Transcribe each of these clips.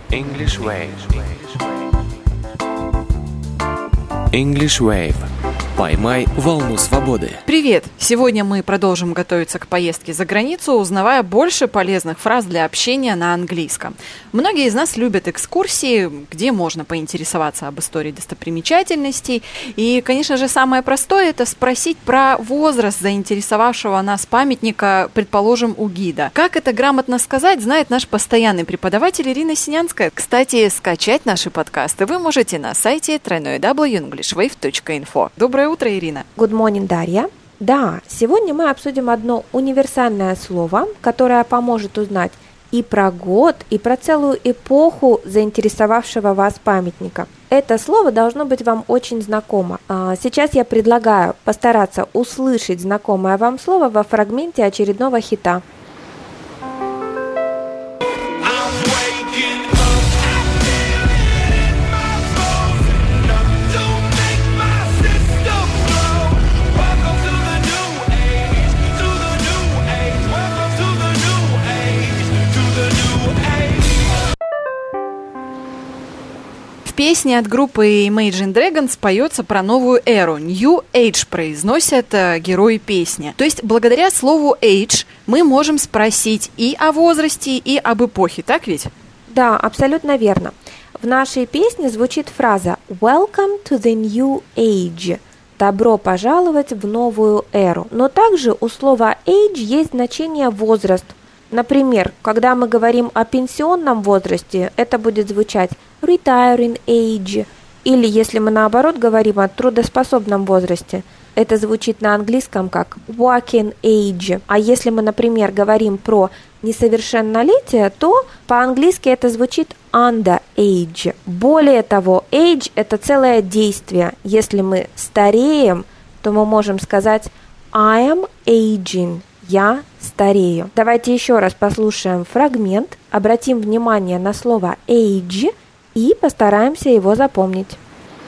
English Wave. English Wave. Поймай волну свободы. Привет! Сегодня мы продолжим готовиться к поездке за границу, узнавая больше полезных фраз для общения на английском. Многие из нас любят экскурсии, где можно поинтересоваться об истории достопримечательностей. И, конечно же, самое простое – это спросить про возраст заинтересовавшего нас памятника, предположим, у гида. Как это грамотно сказать, знает наш постоянный преподаватель Ирина Синянская. Кстати, скачать наши подкасты вы можете на сайте www.englishwave.info. Доброе утро, Ирина. Good morning, Дарья. Да, сегодня мы обсудим одно универсальное слово, которое поможет узнать и про год, и про целую эпоху заинтересовавшего вас памятника. Это слово должно быть вам очень знакомо. Сейчас я предлагаю постараться услышать знакомое вам слово во фрагменте очередного хита. В песне от группы Imagine Dragons поется про новую эру. New Age произносят герои песни. То есть благодаря слову age мы можем спросить и о возрасте, и об эпохе, так ведь? Да, абсолютно верно. В нашей песне звучит фраза «Welcome to the new age». Добро пожаловать в новую эру. Но также у слова age есть значение возраст. Например, когда мы говорим о пенсионном возрасте, это будет звучать retiring age. Или если мы наоборот говорим о трудоспособном возрасте, это звучит на английском как working age. А если мы, например, говорим про несовершеннолетие, то по-английски это звучит under age. Более того, age – это целое действие. Если мы стареем, то мы можем сказать I am aging. Я старею. Давайте еще раз послушаем фрагмент, обратим внимание на слово age и постараемся его запомнить.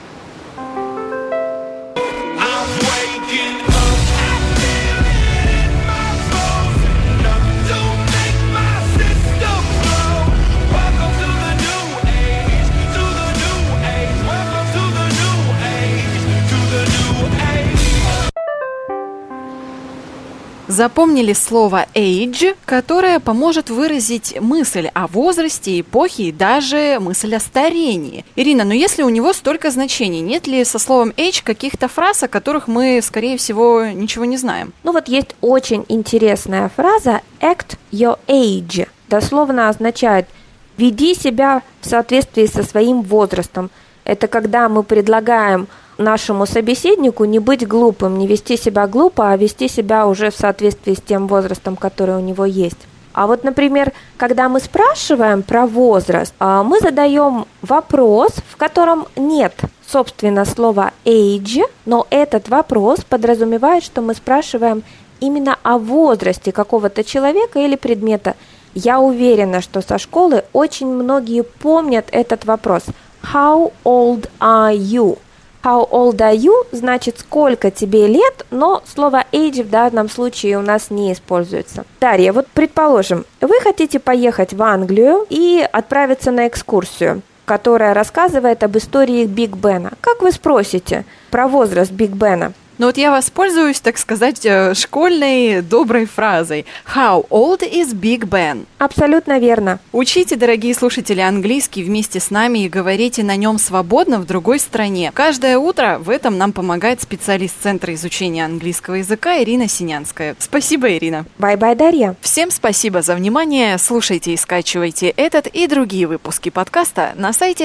Запомнили слово age, которое поможет выразить мысль о возрасте, эпохе и даже мысль о старении. Ирина, но если у него столько значений, нет ли со словом age каких-то фраз, о которых мы, скорее всего, ничего не знаем? Ну вот есть очень интересная фраза act your age. Дословно означает «веди себя в соответствии со своим возрастом». Это когда мы предлагаем нашему собеседнику не быть глупым, не вести себя глупо, а вести себя уже в соответствии с тем возрастом, который у него есть. А вот, например, когда мы спрашиваем про возраст, мы задаем вопрос, в котором нет, собственно, слова age, но этот вопрос подразумевает, что мы спрашиваем именно о возрасте какого-то человека или предмета. Я уверена, что со школы очень многие помнят этот вопрос. How old are you? How old are you значит сколько тебе лет, но слово age в данном случае у нас не используется. Дарья, вот предположим, вы хотите поехать в Англию и отправиться на экскурсию, которая рассказывает об истории Биг Бена. Как вы спросите про возраст Биг Бена? Ну вот я воспользуюсь, так сказать, школьной доброй фразой. How old is Big Ben? Абсолютно верно. Учите, дорогие слушатели, английский вместе с нами и говорите на нем свободно в другой стране. Каждое утро в этом нам помогает специалист Центра изучения английского языка Ирина Синянская. Спасибо, Ирина. Bye-bye, Дарья. Всем спасибо за внимание. Слушайте и скачивайте этот и другие выпуски подкаста на сайте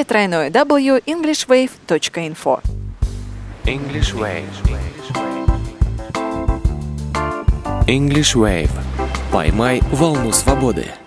www.englishwave.info. English Wave. English Wave. Поймай волну свободы.